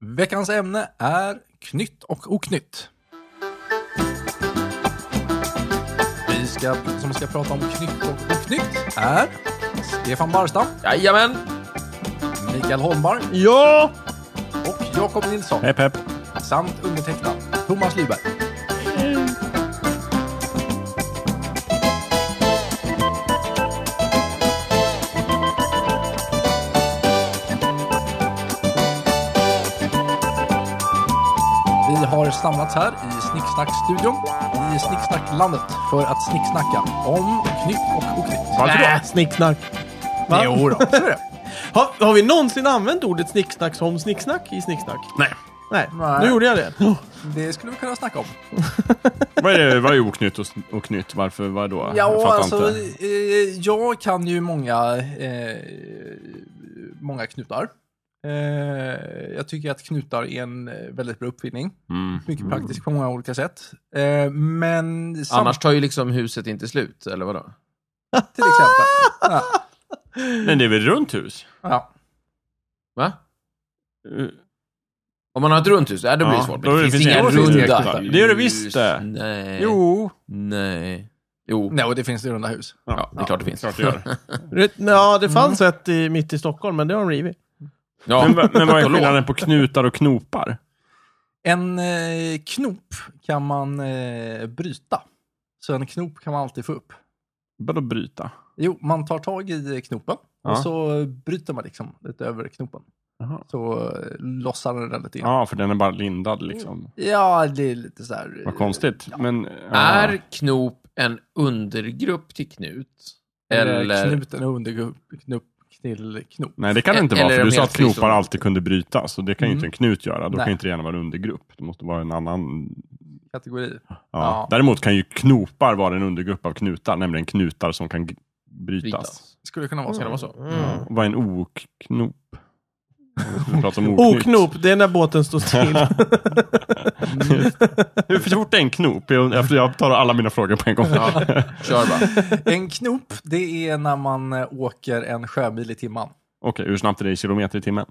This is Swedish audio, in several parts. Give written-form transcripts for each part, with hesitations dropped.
Veckans ämne är knytt och oknytt. Vi som ska prata om knytt och oknytt är Stefan Barstam. Jajamän. Mikael Holmberg. Ja! Och Jakob Nilsson. Hepp hepp. Samt undertecknad Thomas Lyberg. Vi har samlats här i Snicksnack-studion i Snicksnacklandet för att snicksnacka om knytt och oknytt. Varför då? Snicksnack. Va? Jo då, så är det. Har vi någonsin använt ordet snicksnack som snicksnack i snicksnack? Nej. Nej, Nej. nu gjorde jag det. Det skulle vi kunna snacka om. Vad är oknytt och knytt? Varför, vad då? Ja, Jag fattar alltså, inte. jag kan ju många knutar. Jag tycker att knutar är en väldigt bra uppfinning. Mycket praktisk på många olika sätt. Men Annars tar ju liksom huset inte slut, eller vadå? till exempel. Ja. Men det är väl runt hus? Ja. Va? Om man har ett runt hus, då blir det Ja, svårt. då Det finns finns inga inga runda runda. Det gör det visst det. Nej. Jo. Nej. Jo. Nej, och det finns i runda hus. Ja, det är klart det finns. Klart det gör. Ja, det fanns ett mitt i Stockholm, men det har de rivit. Ja. Men vad är skillnaden på knutar och knopar? En knop kan man bryta. Så en knop kan man alltid få upp. Vadå bryta? Jo, man tar tag i knopen Ja. och så bryter man liksom lite över knopen. Jaha. Så lossar den lite grann. Ja, för den är bara lindad liksom. Ja, det är lite så här. Vad konstigt. Ja. Men, Är knop en undergrupp till knut? Eller... Knut en undergrupp till knop. Nej, det kan det inte Eller vara. För är du de sa helt att knopar fristående? alltid kunde brytas. Och det kan ju inte en knut göra. Då Nej. kan inte det gärna vara en undergrupp. Det måste vara en annan... Kategori. Ja. Ja. Däremot kan ju knopar vara en undergrupp av knutar. Nämligen knutar som kan brytas. Brytas. Skulle det kunna vara så? Ska det vara så? Och vad är en oknop? Vi pratar om oknytt. Oknop, det är när båten står still. Hur fort är en knop? Jag tar alla mina frågor på en gång. Ja, kör bara. En knop, det är när man åker en sjömil i timmen. Okej, hur snabbt är det i kilometer i timmen?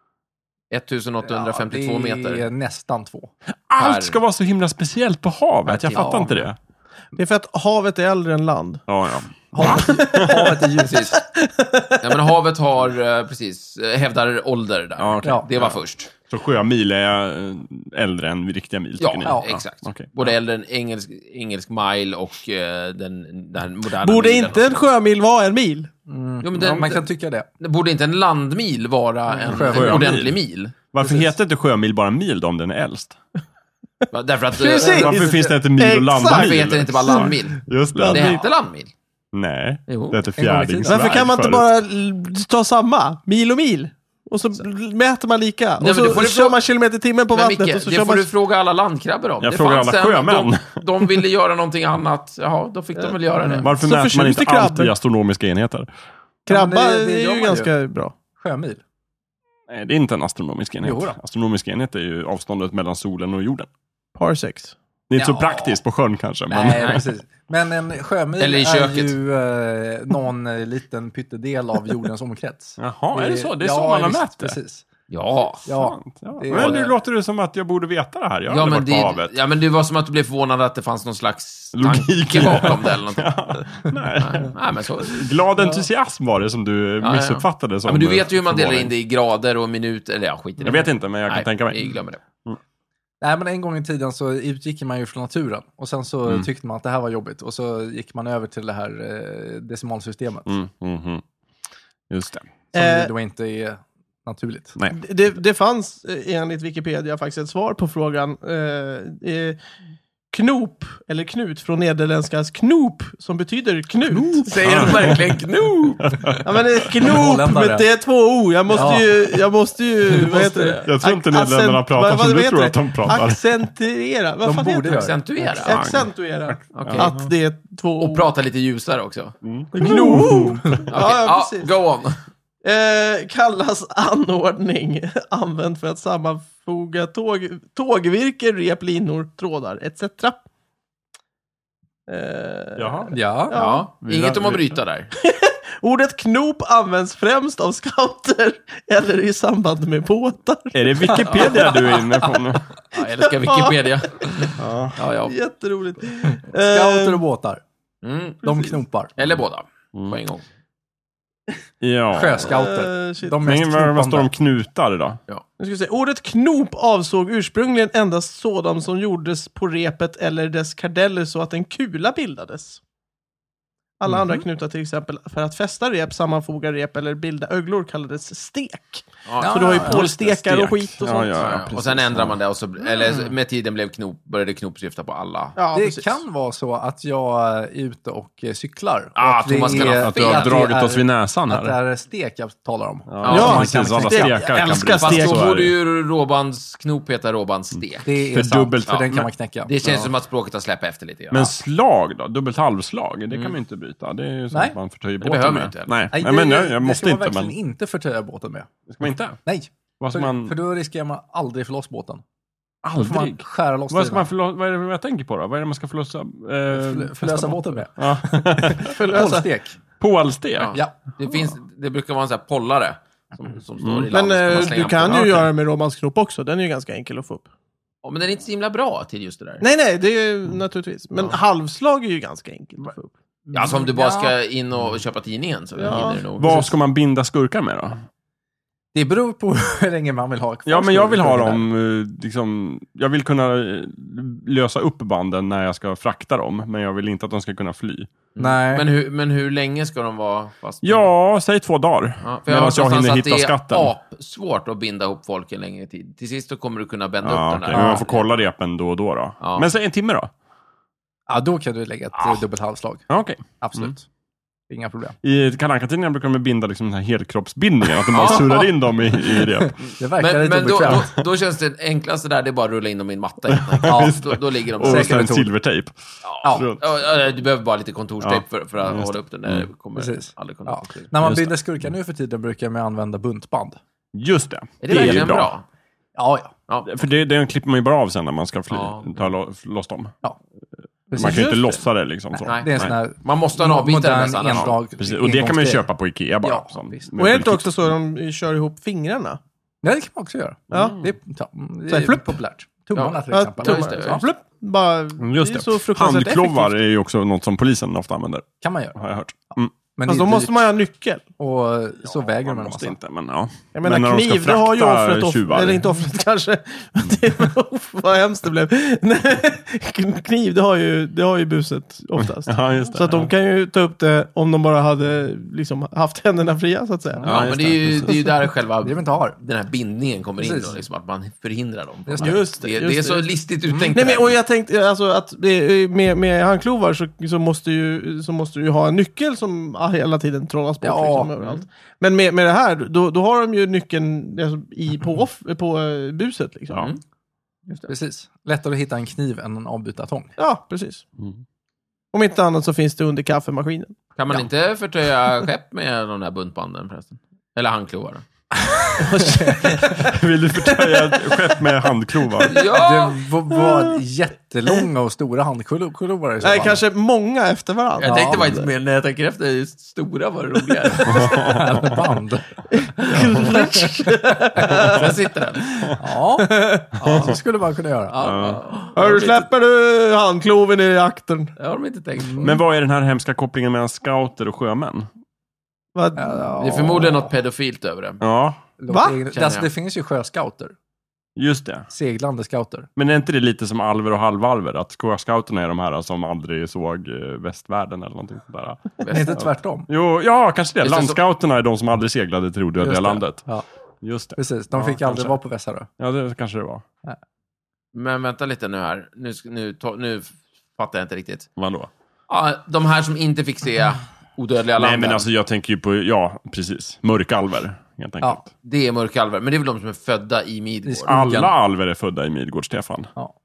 1852 det är meter. nästan 2. Allt ska vara så himla speciellt på havet. Jag fattar Ja. inte det. Det är för att havet är äldre än land. Ja. Havet är djupt. Precis. Ja, men havet har, precis, hävdar ålder där. Ja, okej. Ja. Det var först. Så sjömil är äldre än riktiga mil, tycker ni? Ja. Exakt. Okej. Både äldre än engelsk mile och den moderna Borde milen. inte en sjömil vara en mil? Jo, men Ja, den, man kan tycka det. borde inte en landmil vara en sjömil. ordentlig mil? Varför Precis. heter inte sjömil bara mil då, om den är äldst? Därför att... Precis. Varför finns det inte mil och Exakt. landmil? Varför heter det inte bara landmil? Just det. Det Landmil. hette landmil. Nej, Jo. det heter En gång i tiden. fjärdingsväg. Varför kan man inte förut. bara ta samma? Mil och mil? Och så mäter man lika. Nej, Och men så det får du kör frå- man kilometer i timmen på Men vattnet. Micke, Och så det kör får man... du fråga alla landkrabbor om. Jag Det frågar fanns alla sjömän. De ville göra någonting annat. Jaha, då fick de väl göra det. Varför Så mäter man förtjust inte i allt krabbor. i astronomiska enheter? Krabba Ja, men det är gör ju man ganska bra. Sjömil. Nej, det är inte en astronomisk enhet. Jo då. Astronomisk enhet är ju avståndet mellan solen och jorden. Parsecs. Det är inte så Ja. praktiskt på sjön kanske. Men... Nej, precis. Men en sjömil Eller i är köket. ju någon liten pyttedel av jordens omkrets. Jaha, är det så? Det är så man har visst, mätt det? Precis. Ja. Ja, Ja. det är- Men nu låter det som att jag borde veta det här. Jag har aldrig varit på havet. Ja, men det var som att du blev förvånad att det fanns någon slags Logik. tanke bakom det eller någonting. Nej. Nej, men så... Glad entusiasm var det som du Ja. missuppfattade som Ja, men du vet ju hur man delar förvåning. in det i grader och minuter, eller ja, skit i det. Jag vet inte, men jag kan Nej, tänka mig. vi glömmer det. Nej, men en gång i tiden så utgick man ju från naturen. Och sen så tyckte man att det här var jobbigt. Och så gick man över till det här decimalsystemet. Just det. Som då inte är naturligt. Nej. Det fanns enligt Wikipedia faktiskt ett svar på frågan. Knop, eller knut från nederländskans knop, som betyder knut. Säger de verkligen knop? Ja, men knop, Holländare. men det är 2 o. Jag måste ju vad heter det? Jag tror inte nederländerna pratar som du tror att de pratar. Accentuera. Vad fan borde heter det? Accentuera. Accentuera. Okej. Att det är 2 o. Och prata lite ljusare också. Knop. Okej, Ja, precis. go on. Kallas anordning använd för att sammanfoga tågvirke, rep, linor, trådar etc. Jaha. Ja. Ja, Vi- inget om att vi- bryta där. Ordet knop används främst av scouter eller i samband med båtar. Är det Wikipedia du är inne på nu? Ja, jag älskar Wikipedia. Ja. Jätteroligt. Scouter och båtar. De knopar. Eller båda. På en gång. Ja. Sjöscouter. Shit. De mest Men vad står de knopande. knutar då? Nu ska vi se. Ordet knop avsåg ursprungligen endast sådant som gjordes på repet eller dess kardeller så att en kula bildades. Alla andra knutar, till exempel för att fästa rep, sammanfoga rep eller bilda öglor, kallades stek. Ja. Så du har ju Ja, polstekar och skit och sånt. Ja, Och sen ändrar man det och så, eller med tiden började knop syfta på alla. Ja, Det precis. kan vara så att jag är ute och cyklar. Ah, och det Thomas kan ha är- Att du har att det dragit är- oss vid näsan Att det här. är stek jag talar om. Ja, precis. Alla knäcka. stekar Jag kan älskar bli. Fast stek. då Så är borde det. ju råbandsknop heta råbandstek. Det är För sant, dubbelt, för ja, den kan men- man knäcka. Det känns som att språket har släppt efter lite. Men slag då? Dubbelt halvslag? Det kan man ju inte bryta. Det är ju så Nej. att man förtöjer Det båten behöver med. man inte. Nej, Nej, men det jag måste ska man inte. verkligen Men inte förtöja båten med. ska man inte? Nej, Vad ska för, man... för då riskerar man aldrig förloss båten. Då får man Aldrig? skära loss Vad ska man linan. vad är det jag tänker på då? Vad är det man ska förlösa? Förlösa båten med. Ja. Polstek. Pålstek? Ja. Det brukar vara en sån här pollare som står i Men land. så du kan på. ju göra det med råbandsknop också. Den är ju ganska enkel att få upp. Ja, men den är inte så himla bra till just det där. Nej, det är ju naturligtvis. Men halvslag är ju ganska enkelt att få upp. Alltså om du bara ska in och köpa tidningen så hinner du nog. Vad ska man binda skurkar med då? Det beror på hur länge man vill ha kvar. Ja, men jag vill ha skurkarna. dem, liksom, jag vill kunna lösa upp banden när jag ska frakta dem, men jag vill inte att de ska kunna fly. Nej. Men hur länge ska de vara fast? Ja, säg 2 dagar. Ja, för Medan har jag hört hinner någonstans hitta att det skatten. är svårt att binda ihop folk en längre tid. Till sist så kommer du kunna bända Ja, upp den okej, där. men man får kolla repen då och då. Ja. Men säg 1 timme då? Ja, då kan du lägga ett dubbelt halvslag. Ja, okej. Absolut. Inga problem. I Kalle Anka-tidningen brukar de binda liksom den här helkroppsbindningen, att de bara surrar in dem i rep. Det verkar Men, lite men obekvämt. då känns det enklaste där, det är bara att rulla in dem i en matta. Ja, då ligger de Och säkert. sen metod. silvertejp. Ja. runt. Du behöver bara lite kontorstejp för att just hålla det. upp den. Där kommer Precis. aldrig kunna. Ja. När man Just det. binder skurkar nu för tiden brukar man använda buntband. Just det. Är det verkligen bra? Ja. Ja. För det klipper man ju bara av sen när man ska Ja. ta loss dem. Precis. Man kan ju inte Just lossa det liksom så. Nej. Det är en sån här Man måste ha en avbitare nästan. endag. Precis. Och det kan man ju köpa på Ikea bara. Ja, som- visst. med Och är det inte kit. också så att de kör ihop fingrarna? Nej, det kan man också göra. Ja. Det är, det Så här, är flupp. populärt. Tummarna till Ja, exempel. just det. Ja, flupp. Bara, Just är det. så fruktansvärt Handklovar effektivt. är ju också något som polisen ofta använder, Kan man göra. har jag hört. Men Fast det då är måste dyrt man ju ha nyckel. och så väger de en Man måste massa. inte, men ja. Jag menar Men när de ska kniv, det har ju frakta offret, tjuvar. eller inte offret kanske. Vad hemskt det blev. Kniv, det har ju buset oftast. Ja, just det. Så att de kan ju ta upp det om de bara hade liksom haft händerna fria så att säga. Ja, men just det är ju där själva Det vill inte ha. den här bindningen kommer in Precis. då, liksom, att man förhindrar dem. Just det. Just det, Det just är så det. listigt uttänkt. Nej, men, och jag tänkte alltså att med handklovar så måste du ju ha en nyckel som hela tiden trollas bort Ja. liksom, överallt. Men med det här, då har de ju nyckeln alltså, på buset liksom. Ja. Precis. Lättare att hitta en kniv än en avbytartång. Ja, precis. Om inte annat så finns det under kaffemaskinen. Kan man inte förtöja skepp med de där buntbanden förresten? Eller handklovar? Vill du förtöja ett skepp med handklovar? Ja! Det var jättelånga och stora handklovar i så Nej, fall. kanske många efter varandra. Jag tänkte faktiskt mer när jag tänker efter, just stora var det roligare. Eller band. Där sitter den. Ja, så skulle man kunna göra. Hör, släpper du handkloven i akten? Det har de inte tänkt på. Men vad är den här hemska kopplingen mellan scouter och sjömän? Vad? Det är förmodligen något pedofilt över det. Ja, Va? Alltså, det finns ju sjöscouter. just det. Seglande scouter. Men är inte det lite som alver och halvalver? Att sjöscouterna är de här som aldrig såg västvärlden eller någonting sådär. Men inte tvärtom. Jo, ja, kanske det. Just det, Landscouterna är de som aldrig seglade till odödliga Just det. landet. Ja, Just det. precis. De Ja, fick aldrig kanske. vara på Västsarö. Ja, det kanske det var. Men vänta lite nu här. Nu fattar jag inte riktigt. Vadå? Ja, de här som inte fick se odödliga Nej, landen. men alltså jag tänker ju på, ja, precis. Mörkalver, helt enkelt. Ja. Det är mörkalver. Men det är väl de som är födda i Midgård? Alla alver är födda i Midgård, Stefan. Ja.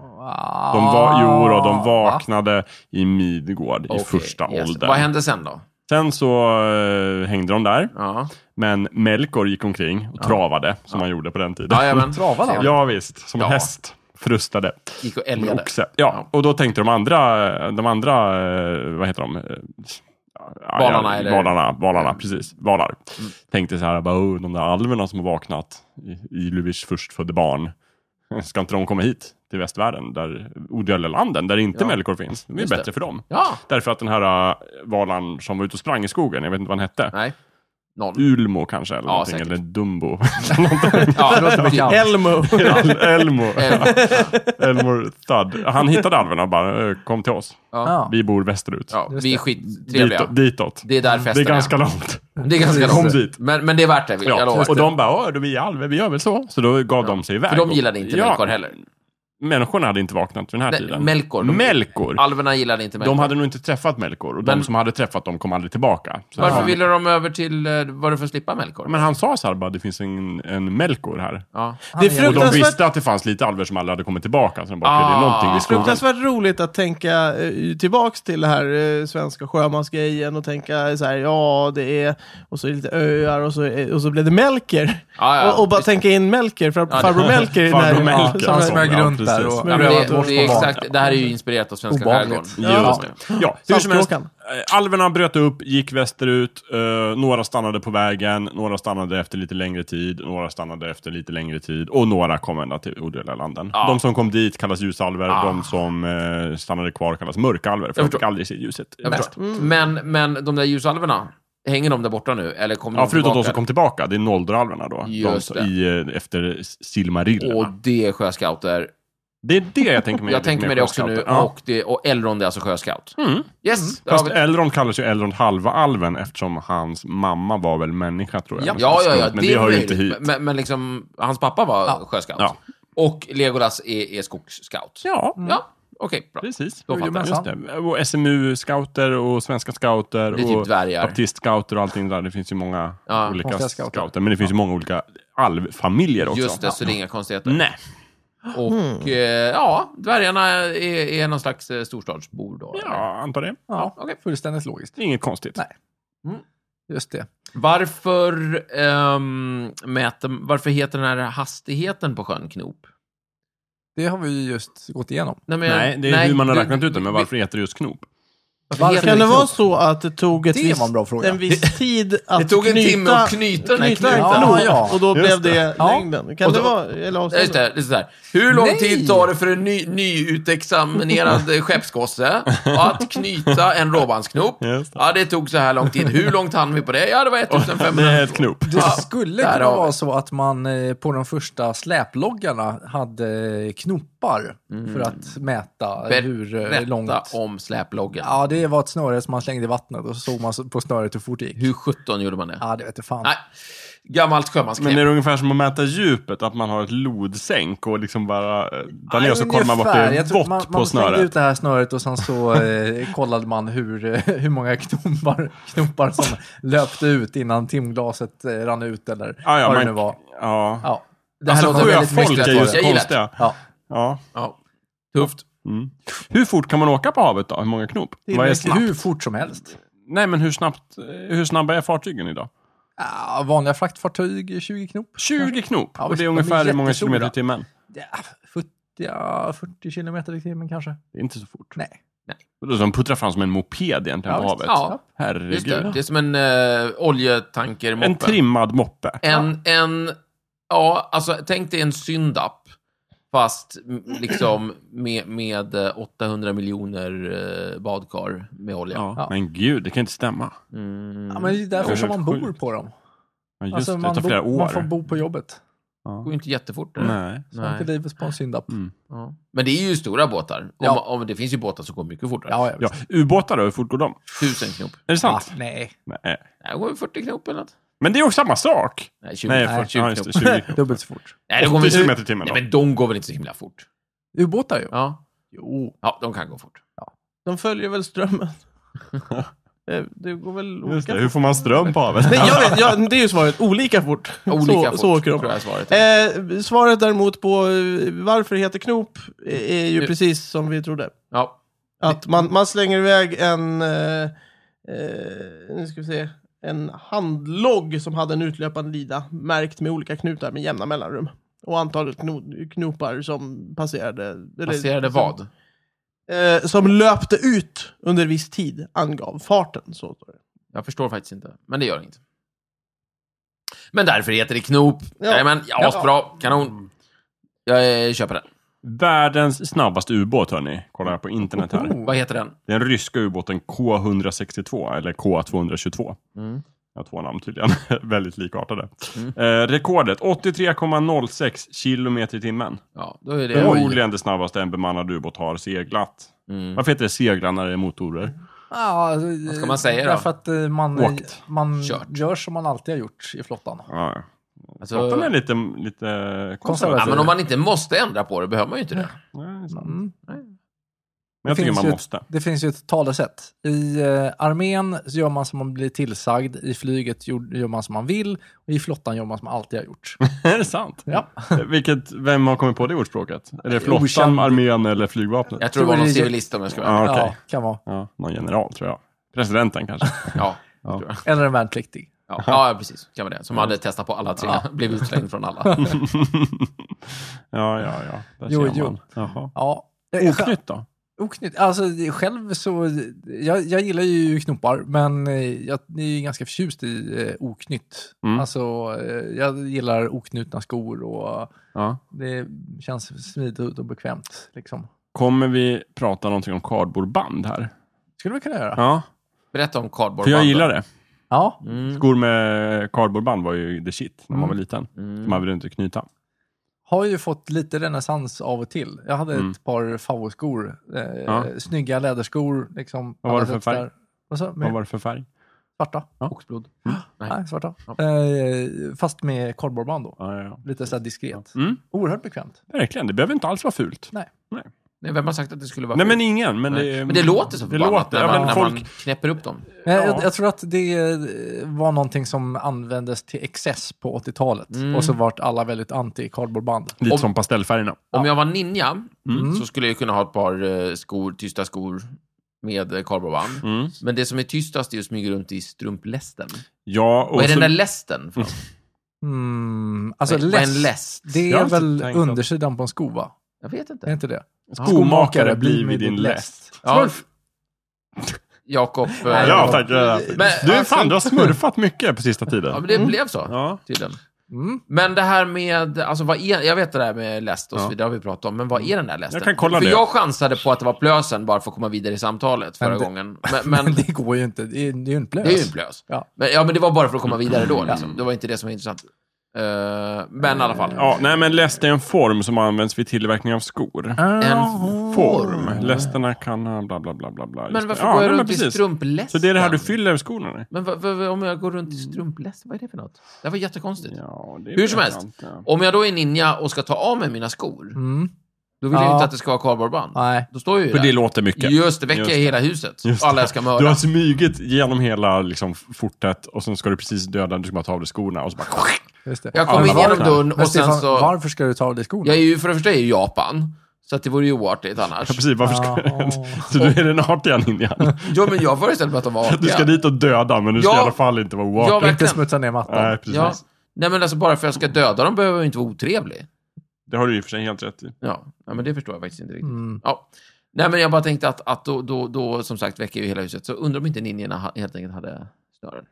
De vaknade i Midgård i Okej, första yes. åldern. Vad hände sen då? Sen så hängde de där. Ja. Men Melkor gick omkring och travade, som man gjorde på den tiden. Jajamän. Travade han? Ja, visst. Som en Ja. häst. Frustade. Gick och En älgade. oxe. Ja, och då tänkte de andra vad heter de? Valarna, precis. Valar. Tänkte så här, bara, de där alverna som har vaknat i Lüvisch förstfödde barn. Ska inte de komma hit till västvärlden, där Odöllelanden, där inte Melkor finns? Det är bättre för dem. Ja. Därför att den här valan som var ute och sprang i skogen, jag vet inte vad han hette. Nej. Ulmo kanske, eller någonting, säkert. eller Dumbo. Elmo Thud. Han hittade alverna och bara, kom till oss. Ja. Vi bor västerut. Ja, vi är skittrevliga. Ditåt. Det är där festen Det är ganska långt. Det är ganska Kom långt. dit. Men det är värt det, jag lovar. Och de bara, vi är alver, vi gör väl så. Så då gav de sig iväg. För de gillade inte Melkor heller. Människorna hade inte vaknat vid den här tiden. Melkor. Alverna gillade inte Melkor. De hade nog inte träffat Melkor. Och de som hade träffat dem kom aldrig tillbaka. Så varför ville de över till, var det för att slippa Melkor? Men han sa så här bara, det finns en Melkor här. Ja. Det är Och de visste att det fanns lite alver som aldrig hade kommit tillbaka. Så de bara, det är någonting vi ska. Fruktansvärt roligt att tänka tillbaks till det här svenska sjömansgrejen och tänka så här, ja det är, och så är det lite öar och så blev det Melker. Och bara tänka in Melker, för farbror Melker är farbror Melker. Som smög runt där och det är exakt, det här är ju inspirerat av svenska skärgården. Ja, hur som helst, alverna bröt upp, gick västerut, några stannade på vägen, några stannade efter lite längre tid, några stannade efter lite längre tid och några kom ända till Odöllelanden. De som kom dit kallas ljusalver, de som stannade kvar kallas mörkalver, för de fick aldrig se ljuset. Men de där ljusalverna, hänger de där borta nu? Eller kommer de förutom tillbaka? de som kom tillbaka, det är Noldoralverna då. Just efter Silmarillerna. Och det är sjöscouter. Det är det jag tänker mig. Jag tänker mig det också nu. Och Elrond är alltså sjöscout. Yes. Fast Elrond kallas ju Elrond halva alven eftersom hans mamma var väl människa, tror jag. Ja. Men det hör ju inte hit. Men liksom, hans pappa var sjöscout. Ja. Och Legolas är skogsscout. Ja. Okej, bra. Precis. Då fattar Just det. Och SMU-scouter och svenska scouter det är och typ dvärgar. baptist-scouter och allting där. Det finns ju många olika scouter. Men det finns ju många olika alvfamiljer också. Just det, så det är inga konstigheter. Nej. Och dvärgarna är någon slags storstadsbor då? Ja, antar det. Ja, fullständigt logiskt. Inget konstigt. Nej. Just det. Varför heter den här hastigheten på sjön Knop? Det har vi ju just gått igenom. Nej, det är hur man har räknat ut det, men varför heter det just Knop? Kan det vara så att det tog en viss tid att det tog en timme att knyta den här knuten, och då blev det längden? Kan det vara? Just det, det är så här. Hur lång tid tar det för en nyutexaminerad skeppsgosse att knyta en råbandsknop? Ja, det tog så här lång tid. Hur långt hann vi på det? Ja, det var 1500. Det är ett knop. Det skulle kunna vara så att man på de första släploggarna hade knopar för att mäta hur långt. Om släploggen. Ja, det var ett snöre som man slängde i vattnet och så såg man på snöret hur fort det gick. Hur 17 gjorde man det? Ja, det vet jag fan. Nej. Gammalt sjömansknep. Men är det ungefär som att mäta djupet, att man har ett lodsänk och liksom bara där nere så kollar man vart det är vått på man snöret. Man ut det här snöret och sen så kollade man hur många knopar som löpte ut innan timglaset rann ut eller vad det nu var. Ja. Det här låter väldigt folk är just konstiga. Ja. Tufft. Hur fort kan man åka på havet då? Hur många knop? Vad är snabbt? Hur fort som helst. Nej, men hur snabba är fartygen idag? Ja, vanliga fraktfartyg 20 knop. 20 knop? Ja, och det är ungefär hur många kilometer i timmen? Ja, 40 kilometer i timmen kanske. Det är inte så fort. Nej. De puttrar fram som en moped egentligen på havet. Ja. Herregud. Just det. Det är som en oljetankermoppe. En trimmad moppe. Alltså tänk dig en syndapp. Fast liksom med 800 miljoner badkar med olja. Ja. Men gud, det kan inte stämma. Ja, men det är därför som man bor på dem. Ja, just alltså, det tar flera år. Man får bo på jobbet. Det går inte jättefort. Nej. Sånt är livet på en syndapp. Ja. Men det är ju stora båtar. Om det finns ju båtar som går mycket fortare. Ja. Ubåtar då, hur fort går de? 1000 knop. Är det sant? Nej. Det går 40 knop eller något. Men det är också samma sak. Nej, 20 20 knop. Dubbelt så fort. Nej, 80 kilometer i timmen då. Nej, men de går väl inte så himla fort. Ubåtar ju. Ja. Jo. Ja, de kan gå fort. Ja. De följer väl strömmen. Det går väl just det, hur får man ström på havet? Nej, jag vet, det är ju svaret. Olika fort. Så åker de. Tror jag svaret. Svaret däremot på varför det heter knop är ju precis som vi trodde. Ja. Att man slänger iväg nu ska vi se, en handlogg som hade en utlöpande lida märkt med olika knutar med jämna mellanrum. Och antalet knopar som passerade. Passerade vad? som löpte ut under viss tid angav farten. Så står det. Jag förstår faktiskt inte, men det gör inget. Men därför heter det knop. Bra, kanon. Jag köper den. Världens snabbaste ubåt, hörni. Kollar jag på internet här. Vad heter den? Den ryska ubåten K162, eller K222. Jag har 2 namn tydligen. Väldigt likartade. Rekordet, 83,06 kilometer i timmen. Ja, då är det... Förmodligen det snabbaste en bemannad ubåt har seglat. Varför heter det segla när det är motorer? Ja, vad ska man säga då? Därför att man gör som man alltid har gjort i flottan. Ja. Alltså, flottan är lite konservativ. Ja, men om man inte måste ändra på det behöver man ju inte det. Nej, men jag tycker man måste. Det finns ju ett talesätt. I armén gör man som man blir tillsagd. I flyget gör man som man vill. Och i flottan gör man som man alltid har gjort. Är det sant? Ja. Vem har kommit på det ordspråket? Är det flottan, armén eller flygvapnet? Jag tror det var någon civilist om jag ska vara. Okay. Ja, kan vara. Ja, någon general tror jag. Presidenten kanske. Ja. Eller en värnpliktig. Ja, precis. Kan vara det. Som hade testat på alla 3. Blev utslängd från alla. ja. Där ser man. Jaha. Ja. Oknytt då? Oknytt. Alltså själv så... Jag gillar ju knoppar, men jag är ju ganska förtjust i oknytt. Alltså jag gillar oknutna skor och det känns smidigt och bekvämt. Liksom. Kommer vi prata någonting om kardborreband här? Skulle vi kunna göra? Ja. Berätta om kardborreband. För jag gillar det. Ja. Skor med kardborreband var ju the shit när man var liten. Man ville inte knyta. Har ju fått lite renässans av och till. Jag hade ett par favoritskor. Snygga läderskor. Liksom, vad var det för färg? Vad var det för färg? Svarta. Oxblod. Nej, svarta. Fast med kardborreband då. Ja. Lite så här diskret. Oerhört bekvämt. Verkligen, det behöver inte alls vara fult. Nej. Nej, vem har sagt att det skulle vara Nej, men ingen. Men det låter så förbannat när man knäpper upp dem. Jag tror att det var någonting som användes till excess på 80-talet. Och så vart alla väldigt anti-kardborreband. Lite som pastellfärgerna. Om jag var ninja så skulle jag kunna ha ett par tysta skor med kardborreband. Men det som är tystast är att smyga runt i strumplästen. Ja, och vad är den där lästen för? Alltså vad är en läst? Det är väl undersidan på en sko, va? Jag vet inte. Är inte det? Skomakare blir vid din läst. Ja. Jakob. Ja, tack. Du har smurfat mycket på sista tiden. Ja, men det blev så. Tydligen. Men det här med, alltså jag vet det där med läst och så vidare har vi pratat om, men vad är den där lästen? Jag kan kolla för det. Jag chansade på att det var plösen bara för att komma vidare i samtalet förra gången. Men det går ju inte, det är ju en plös. Det är ju en plös. Ja. Men det var bara för att komma vidare då. Liksom. Det var inte det som var intressant. Men i alla fall. Ja, nej, men läst är en form som används vid tillverkning av skor. En form. Lästerna kan ha bla bla bla bla bla. Men varför går jag runt i strumplästen? Så det är det här du fyller skorna. Men om jag går runt i strumplästen, vad är det för något? Det var jättekonstigt. Ja, hur som helst, om jag då är ninja och ska ta av mig mina skor, då vill jag inte att det ska vara kardborreband. Nej. Då står ju för det låter mycket. Just det, väcker hela huset. Alla ska mörda. Du har smygit genom hela liksom, fortet och sen ska du precis döda, du ska bara ta av dig skorna och så bara... Just det. Jag kommer in genom dörren och sen så... Varför ska du ta av dig skorna? Jag är ju, för det första är ju Japan. Så att det vore ju oartigt annars. Ja, precis. Varför ska Så du är den artiga ninjan? Jo, men jag föreställer mig att de var artiga. Du ska dit och döda, men du ska i alla fall inte vara oartig. Inte smutsa ner mattan. Nej, precis. Nej, men alltså bara för att jag ska döda dem behöver jag inte vara otrevlig. Det har du ju för sig helt rätt i. Ja, men det förstår jag faktiskt inte riktigt. Ja. Nej, men jag bara tänkte att då som sagt väcker ju hela huset. Så undrar om inte ninjorna helt enkelt hade snören.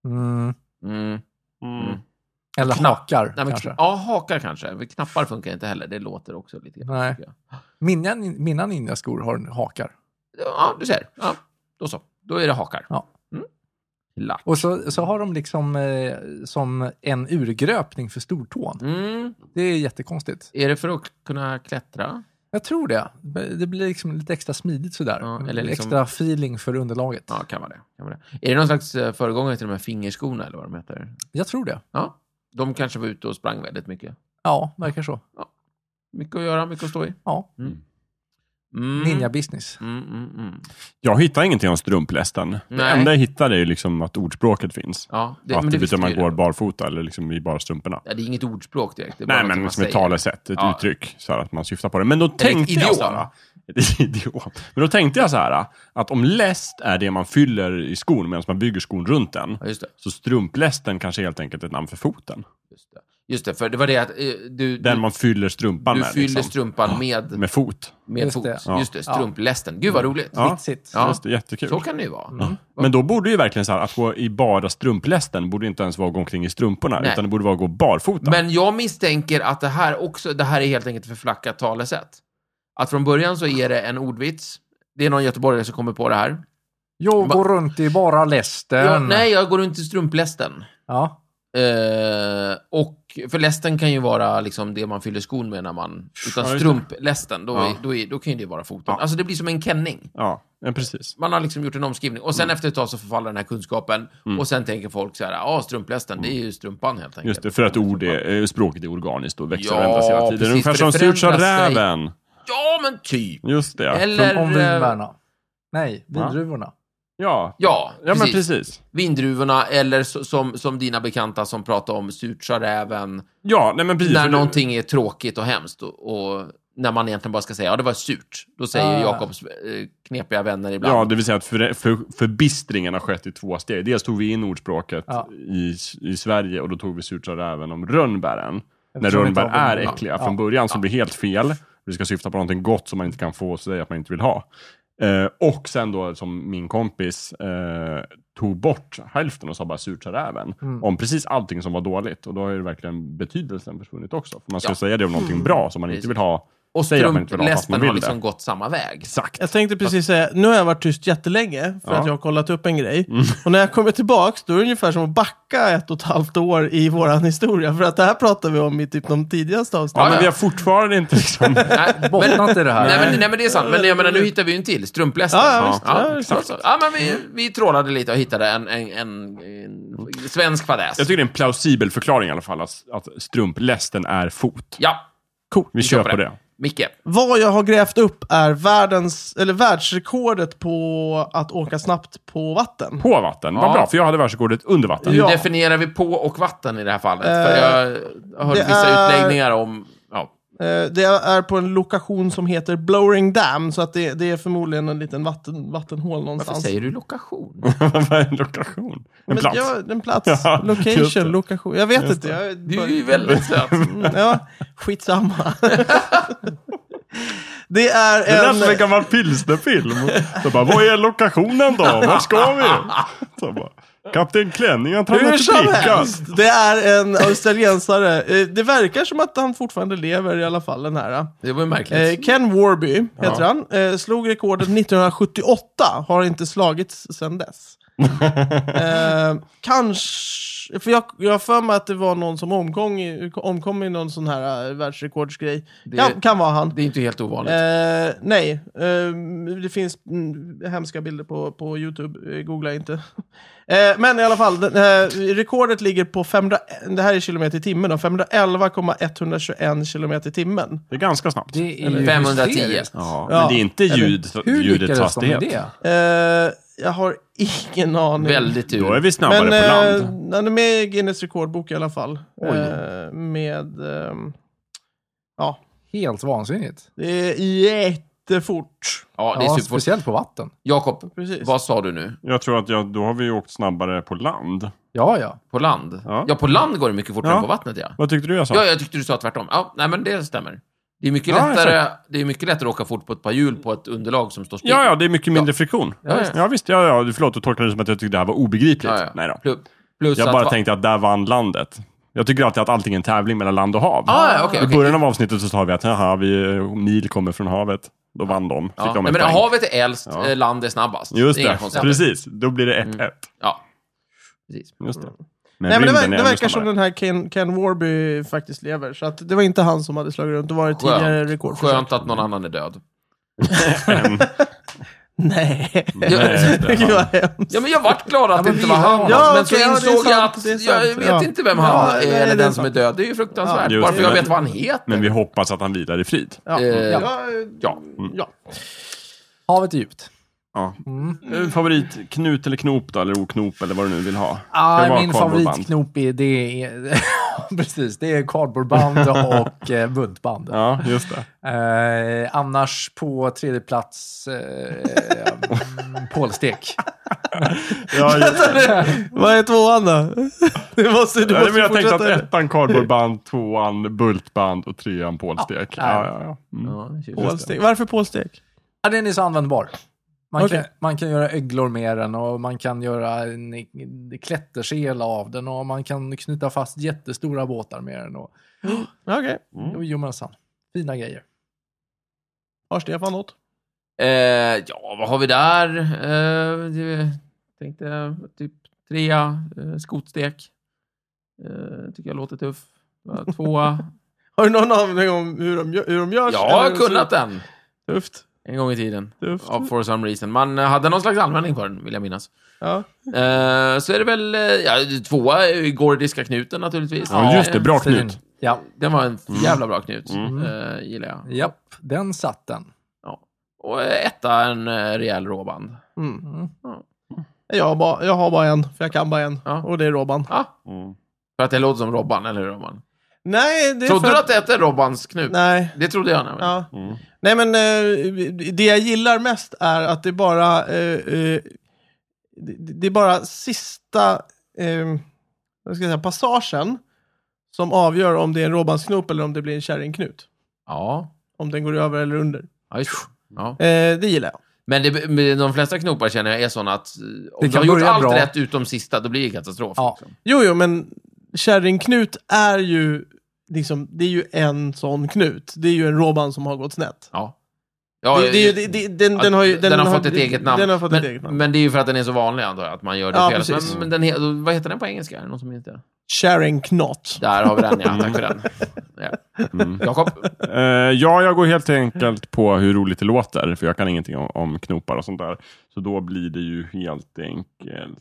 Eller hakar, kanske. Ja, hakar kanske. Knappar funkar inte heller. Det låter också lite grann. Nej. Mina ninjaskor har hakar. Ja, du ser. Ja, då så. Då är det hakar. Ja. Och så har de liksom som en urgröpning för stortån. Det är jättekonstigt. Är det för att kunna klättra? Jag tror det. Det blir liksom lite extra smidigt sådär. Ja, eller liksom... extra feeling för underlaget. Ja, kan vara det. Är det någon slags föregångare till de här fingerskorna eller vad de heter? Jag tror det. Ja. De kanske var ute och sprang väldigt mycket. Ja, verkar så. Ja. Mycket att göra, mycket att stå i. Ja. Ninja-business. Jag hittar ingenting om strumplästen. Det enda jag hittar är liksom att ordspråket finns. Ja, att det betyder man går barfota eller liksom i bara strumporna. Ja, det är inget ordspråk direkt. Det är bara nej, men som ett talesätt, ett uttryck så här att man syftar på det. Men då tänkte jag så här, Men då tänkte jag så här att om läst är det man fyller i skon medan man bygger skon runt den, just det. Så strumplästen kanske helt enkelt är ett namn för foten. Just det. Just det, för det var det att den man fyller strumpan med. Du fyller strumpan med fot. Med just fot. det. Just det, strumplästen. Gud vad roligt. Vitsigt. Just det, jättekul. Så kan det ju vara. Men då borde ju verkligen så här, att gå i bara strumplästen borde inte ens vara att gå omkring i strumporna, utan det borde vara att gå barfota. Men jag misstänker att det här är helt enkelt för flackat talesätt. Att från början så är det en ordvits. Det är någon göteborgare som kommer på det här. Jag går runt i bara lästen. Nej, jag går runt i strumplästen. Ja. Och för lästen kan ju vara liksom det man fyller skon med när man... Utan strumplästen, då kan ju det vara foten. Ja. Alltså det blir som en kenning. Ja, precis. Man har liksom gjort en omskrivning. Och sen efter ett tag så förfaller den här kunskapen. Och sen tänker folk så här, strumplästen, det är ju strumpan helt enkelt. Just det, för att språket är organiskt och växer och Ja, ändras hela tiden. precis, Ungefär för som det surt sa förändras räven. Ja, men typ. Just det. Eller... Om vinbärna. Nej, vindruvorna. Ja, men precis. Vindruvorna, eller som dina bekanta som pratar om surt sa räven. Ja, nej men precis. När någonting är tråkigt och hemskt och när man egentligen bara ska säga, det var surt. Då säger Jakobs knepiga vänner ibland. Ja, det vill säga att förbistringen har skett i 2 steg. Dels tog vi in ordspråket i Sverige och då tog vi surt sa räven om rönnbären. När rönnbär är äckliga från början så blir helt fel. Vi ska syfta på någonting gott som man inte kan få säga att man inte vill ha. Och sen då som min kompis tog bort hälften och sa bara surt sa räven om precis allting som var dåligt, och då har ju verkligen betydelsen försvunnit också, för man ska säga det om någonting bra som man inte vill ha. Och strumplästen har liksom gått samma väg. Exakt. Jag tänkte precis säga, nu har jag varit tyst jättelänge för att jag har kollat upp en grej. Och när jag kommer tillbaks, då är det ungefär som att backa 1,5 år i våran historia. För att det här pratar vi om i typ de tidigaste avsnitt. Ja, men vi har fortfarande inte liksom... Bottnat i det här. Nej, men det är sant. Men jag menar, nu hittar vi ju en till. Strumplästen. Vi trålade lite och hittade en svensk fadäs. Jag tycker det är en plausibel förklaring i alla fall, att strumplästen är fot. Ja. Cool. Vi kör på det. Micke. Vad jag har grävt upp är världsrekordet på att åka snabbt på vatten. På vatten? Vad bra, för jag hade världsrekordet under vatten. Hur definierar vi på och vatten i det här fallet? För jag har hört vissa utläggningar om... Ja. Det är på en lokation som heter Blowing Dam, så att det är förmodligen en liten vattenhål någonstans. Varför säger du lokation? Vad är en lokation? En plats? Ja, en plats. Location, lokation. Jag vet inte. Det är ju väldigt söt. Ja, skitsamma. Det är det är som en gammal pilsnerfilm. Så bara, vad är lokationen då? Var ska vi? Så bara, Kapten Klänning, han tar inte picka. Det är en australiensare. Det verkar som att han fortfarande lever i alla fall, den här. Det var ju märkligt. Ken Warby heter han. Slog rekordet 1978. Har inte slagits sedan dess. Kanske... För jag har för mig att det var någon som omkom i någon sån här världsrekordsgrej. Kan vara han. Det är inte helt ovanligt. Nej. Det finns hemska bilder på YouTube. Googla inte. Men i alla fall, rekordet ligger på 500, det här är kilometer i timmen då, 511,121 kilometer i timmen. Det är ganska snabbt. Det är 510. Ja, men det är inte ljudets hastighet. Hur lyckades de med det? Jag har ingen aning. Väldigt tur. Då är vi snabbare på land. Han är med i Guinness rekordbok i alla fall. Helt vansinnigt. Det är jättefort. Ja, det är superfort. Speciellt på vatten. Jakob, Precis. vad sa du nu? Jag tror att då har vi åkt snabbare på land. Ja. På land? Ja. Ja, på land går det mycket fortare än på vattnet, ja. Vad tyckte du jag sa? Ja, jag tyckte du sa tvärtom. Ja, nej, men det stämmer. Det är mycket lättare. Det är mycket lättare att åka fort på ett par hjul på ett underlag som står still. Ja, det är mycket mindre friktion. Ja, visst. Förlåt, du tolkade det som att jag tyckte det här var obegripligt. Ja. Nej då. Plus jag bara tänkte att där vann landet. Jag tycker alltid att allting är en tävling mellan land och hav. Okay. I början av avsnittet så sa vi att Nil kommer från havet. Då vann de. Fick de men havet är äldst, land är snabbast. Just det, precis. Då blir det 1-1. Ja, precis. Just det. Men det verkar som den här Ken Warby faktiskt lever. Så att det var inte han som hade slagit runt. Det var ett tidigare rekord. Skönt att någon annan är död. Nej. Ja, men jag vart glad att det inte var han. Men så insåg jag att jag vet inte vem han är eller den som är död. Det är ju fruktansvärt. Bara för jag vet vad han heter. Men vi hoppas att han vilar i frid. Ja. Havet är djupt. Ja. Favorit knut eller knop då? Eller oknop eller vad du nu vill ha? Min favoritknop är precis, det är cardboardband och buntband. Ja, just det. Annars på tredje plats pålstek. Vad är tvåan då? Du måste jag tänkte att ettan kardborreband, tvåan bultband och trean pålstek. Pålstek. Varför pålstek? Ja, den är så användbar. Man kan göra öglor med den och man kan göra en klättersel av den och man kan knyta fast jättestora båtar med den. Okej. Jomensan. Fina grejer. Har Stefan något? Vad har vi där? Jag tänkte typ 3 skotstek. Tycker jag låter tuff. 2. Har du någon aning om hur de görs? Jag har kunnat den. Tufft. En gång i tiden. For some reason. Man hade någon slags användning för den, vill jag minnas. Ja. Så är det väl 2 gordiska knuten naturligtvis. Ja, just det. Bra knut. Ja, den var en jävla bra knut. Gillar jag. Japp, den satt den. Ja. Och 1 en rejäl råband. Jag har bara en, för jag kan bara en. Ja. Och det är råband. För att det låter som Robban, eller hur Robban? Nej, det är trodde du att det hette Robbans knut? Nej. Det trodde jag nämligen. Ja. Nej, men det jag gillar mest är att det bara det är bara sista vad ska jag säga, passagen som avgör om det är en råbandsknop eller om det blir en kärringknut. Ja. Om den går över eller under. Ja, just. Ja. Det gillar jag. Men de flesta knopar känner jag är sådana att om du har gjort allt rätt utom sista, då blir det katastrof. Ja. Liksom. Jo, men kärringknut är ju liksom, det är ju en sån knut. Det är ju en råband som har gått snett. Ja. Den har fått ett eget namn. Den har fått ett eget namn. Men det är ju för att den är så vanlig, antar jag, att man gör det fel. Men vad heter den på engelska? Är det någon som minns det? Sharing knot. Där har vi den, ja. Tack för den. Ja. Jakob? Jag går helt enkelt på hur roligt det låter, för jag kan ingenting om knopar och sånt där. Så då blir det ju helt enkelt...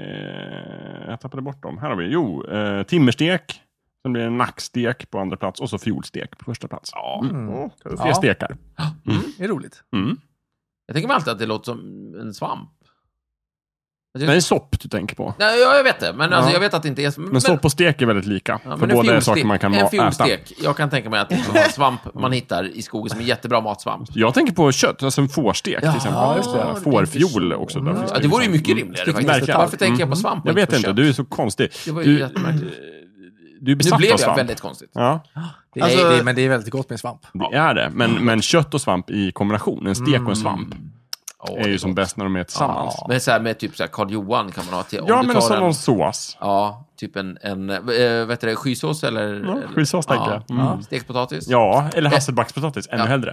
jag tappade bort dem. Här har vi, timmerstek. Sen blir det en nackstek på andra plats och så fiolstek på första plats. Ja. Fler stekar. Det är roligt. Jag tänker mig alltid att det låter som en svamp. Det är en sopp du tänker på. Nej, jag vet det, men alltså, jag vet att det inte är... Men sopp och stek är väldigt lika. Ja, för båda är saker man kan äta. En fiolstek. Jag kan tänka mig att det är en svamp man hittar i skogen som är jättebra matsvamp. Jag tänker på kött, alltså en fårstek till exempel. Ja, just det. Fårfiol också. Ja, det vore ju mycket rimligare faktiskt. Varför tänker jag på svamp? Jag vet inte, du är så konstig. Det var ju jättemärkligt. Du är besatt av svamp. Nu blev jag väldigt konstigt. Ja. Men det är väldigt gott med svamp. Det är det. Men kött och svamp i kombination, en stek och en svamp, är ju som bäst när de är tillsammans. Men så här med typ så här Karl Johan kan man ha till. Ja, men också någon sås. Ja, typ en vet du det, skysås eller... Ja, skysås tänker jag. Stekpotatis. Ja, eller hasselbackspotatis, ännu hellre.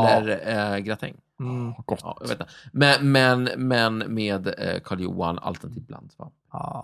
Eller gratäng. Gott. Ja, jag vet inte. Men med Karl Johan alternativt blandsvamp.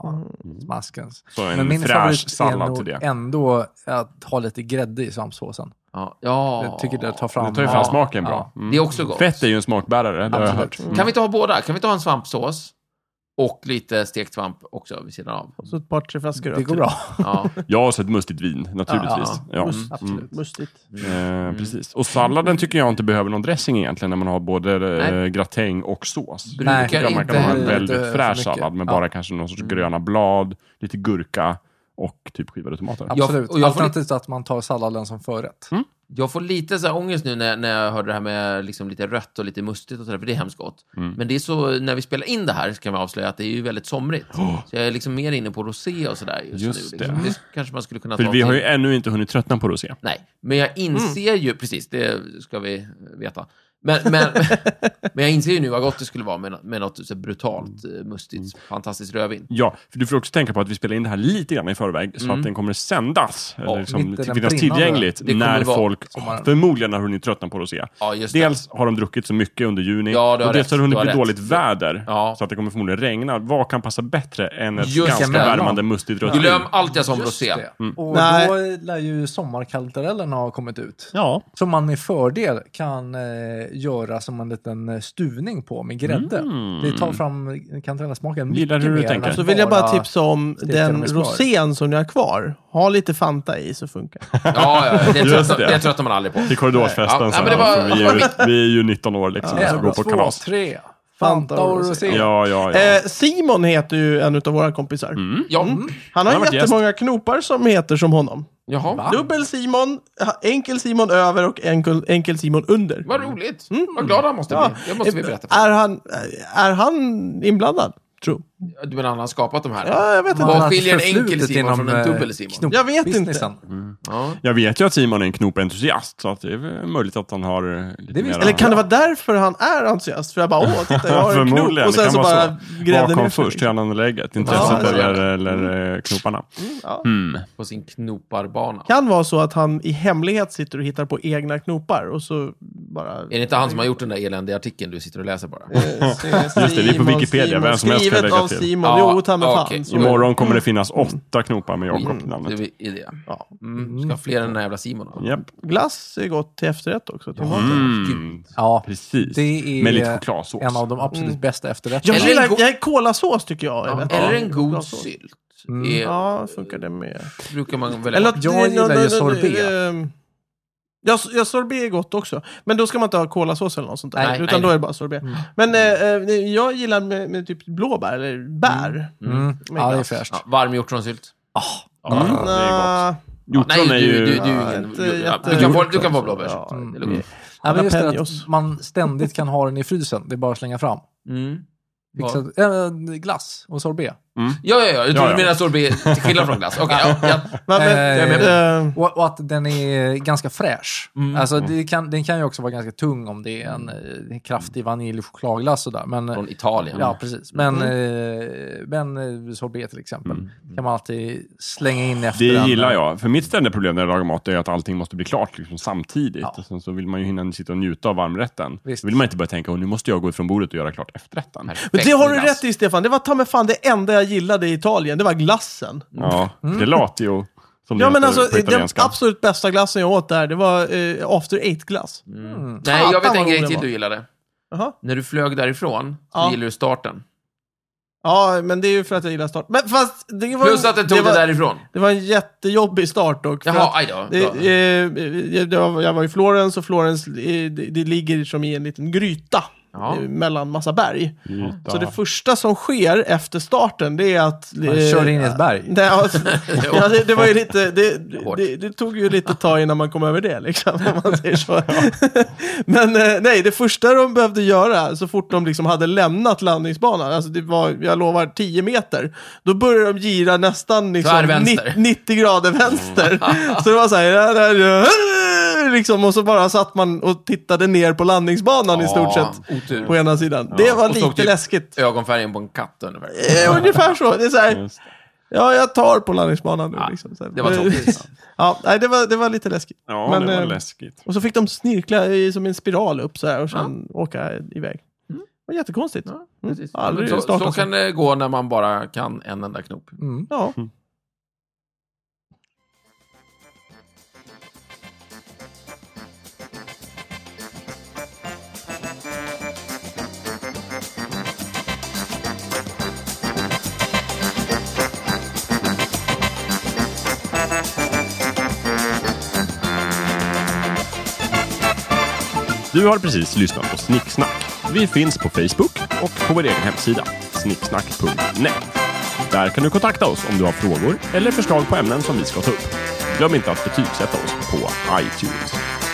Smaskens. Så en min fräsch sallad till det. Ändå att ha lite grädde i svampsåsen. Ja. Jag tycker det tar fram smaken bra. Det är också gott. Fett är ju en smakbärare, det har jag hört. Kan vi inte ha båda? Kan vi inte ha en svampsås och lite stekt svamp också vid sidan av? Och så ett par 3 flaskor. Det går bra. Ja, och så ett mustigt vin, naturligtvis. Absolut. Mustigt. Precis. Och salladen tycker jag inte behöver någon dressing egentligen när man har både gratäng och sås. Man kan ha en väldigt fräsch sallad med bara kanske någon sorts gröna blad, lite gurka och typ skivade tomater. Absolut. Alternativt att man tar salladen som förrätt. Jag får lite så här ångest nu när jag hörde det här med liksom lite rött och lite mustigt och sådär, för det är hemskt gott. Men det är så, när vi spelar in det här så kan vi avslöja att det är ju väldigt somrigt. Så jag är liksom mer inne på rosé och sådär just nu. Liksom. Det kanske man skulle kunna för vi har ju ännu inte hunnit tröttna på rosé. Nej, men jag inser ju, precis, det ska vi veta. Men jag inser ju nu vad gott det skulle vara med något så brutalt, mustigt, fantastiskt rödvin. Ja, för du får också tänka på att vi spelar in det här lite grann i förväg så att den kommer sändas. Eller liksom finnas tillgängligt när folk förmodligen har hunnit tröttna på rosé. Ja, dels har de druckit så mycket under juni och dels har det hunnit bli dåligt väder så att det kommer förmodligen regna. Vad kan passa bättre än ett ganska värmande mustigt rött vin? Glöm allt jag sa om rosé. Och då lär ju sommarkaltarellen ha kommit ut. Ja. Som man med fördel kan göra som en liten stuvning på med grädde. Det tar fram kantarellsmaken mycket hur du mer. tänker. Så vill jag bara tipsa om den rosén som ni har kvar. Ha lite Fanta i så funkar. Ja, det tröttar man aldrig på. Till korridorsfesten vi är ju 19 år liksom. Så går på kalas. 2, 3. Fanta och rosé. Ja. Simon heter ju en av våra kompisar. Han har jättemånga knopar som heter som honom. Jaha. Dubbel Simon, enkel Simon över och enkel Simon under. Vad roligt. Vad glad han måste bli. Det måste vi berätta för. Är han inblandad? True. Du menar han har skapat de här? Ja, jag vet inte. Vad skiljer en enkel Simon från en dubbel Simon? Jag vet inte. Ja. Jag vet ju att Simon är en knopentusiast, så att det är möjligt att han har lite mer... Eller kan det vara därför han är entusiast? För jag bara, titta, jag har en knop. Och sen så bara grävde ner ner först till annan läget. Intresset eller knoparna. På sin knoparbana. Kan vara så att han i hemlighet sitter och hittar på egna knopar och så bara... Är det inte han som har gjort den där eländiga artikeln du sitter och läser bara? Just det är på Wikipedia. Vem som helst kan lägga till. Simon. Jo, ta med fan. Okay. Imorgon kommer det finnas 8 knopar med Jakob i namnet. Det är det. Ja. Ska fler än den här jävla Simon. Yep. Glass är gott till efterrätt också. Till Ja, precis. Det är med lite chokladsås. En av de absolut bästa efterrätterna. Jag kolasås tycker jag. Eller en god sylt. Ja, funkar det med. Brukar man väl... Jag gillar ju sorbet. Ja, sorbet är gott också. Men då ska man inte ha kolasås eller något sånt där. Nej, utan då är det bara sorbet. Men jag gillar med typ blåbär eller bär. Ja, det är fräscht. Ja, varm hjortronsylt. Det är gott. Hjortron är ju... Du kan få blåbär. Ja, men just det att man ständigt kan ha den i frysen. Det är bara att slänga fram. Glass och sorbet. Ja. Jag tror du menar sorbet till skillnad från glass. Okej, och att den är ganska fräsch. Alltså den kan ju också vara ganska tung om det är en kraftig vanilj- och chokladglass och där. Men från Italien. Ja, precis. Men sorbet till exempel kan man alltid slänga in efter. Det gillar jag. För mitt ständiga problem när jag lagar mat är att allting måste bli klart liksom, samtidigt. Och sen så vill man ju hinna sitta och njuta av varmrätten. Då vill man inte bara tänka, nu måste jag gå ifrån bordet och göra klart efterrätten. Men det har du rätt i, Stefan. Det var ta med fan det enda jag gillade i Italien. Det var glassen. Ja, gelatio. Ja, men alltså den absolut bästa glassen jag åt där, det var After Eight-glass. Nej, jag vet en grej till du gillade. När du flög därifrån så gillar du starten. Ja, men det är ju för att jag gillar start. Men fast det var plus att det tog det därifrån. Det var en jättejobbig start dock. Jaha, aj då. Jag var i Florens och Florens det ligger som i en liten gryta. Mellan massa berg. Så det första som sker efter starten det är att... Man kör in i ett berg. Det var ju lite... Det tog ju lite tag innan man kom över det, liksom, om man säger så. Men nej, det första de behövde göra så fort de liksom hade lämnat landningsbanan, alltså det var, jag lovar, 10 meter, då började de gira nästan liksom 90 grader vänster. Så det var så här... liksom, och så bara satt man och tittade ner på landningsbanan i stort sett. Otur. På ena sidan. Det var lite typ läskigt. Ögonfärgen på en katt ungefär. Ungefär så. Det är så här, jag tar på landningsbanan nu. Liksom, så här. Det var tråkigt. Nej, det var lite läskigt. Ja, men, det var läskigt. Och så fick de snirkla som en spiral upp så här, och sen åka iväg. Det var jättekonstigt. Så kan det gå när man bara kan en enda knop. Ja. Du har precis lyssnat på Snicksnack. Vi finns på Facebook och på vår egen hemsida, snicksnack.net. Där kan du kontakta oss om du har frågor eller förslag på ämnen som vi ska ta upp. Glöm inte att betygsätta oss på iTunes.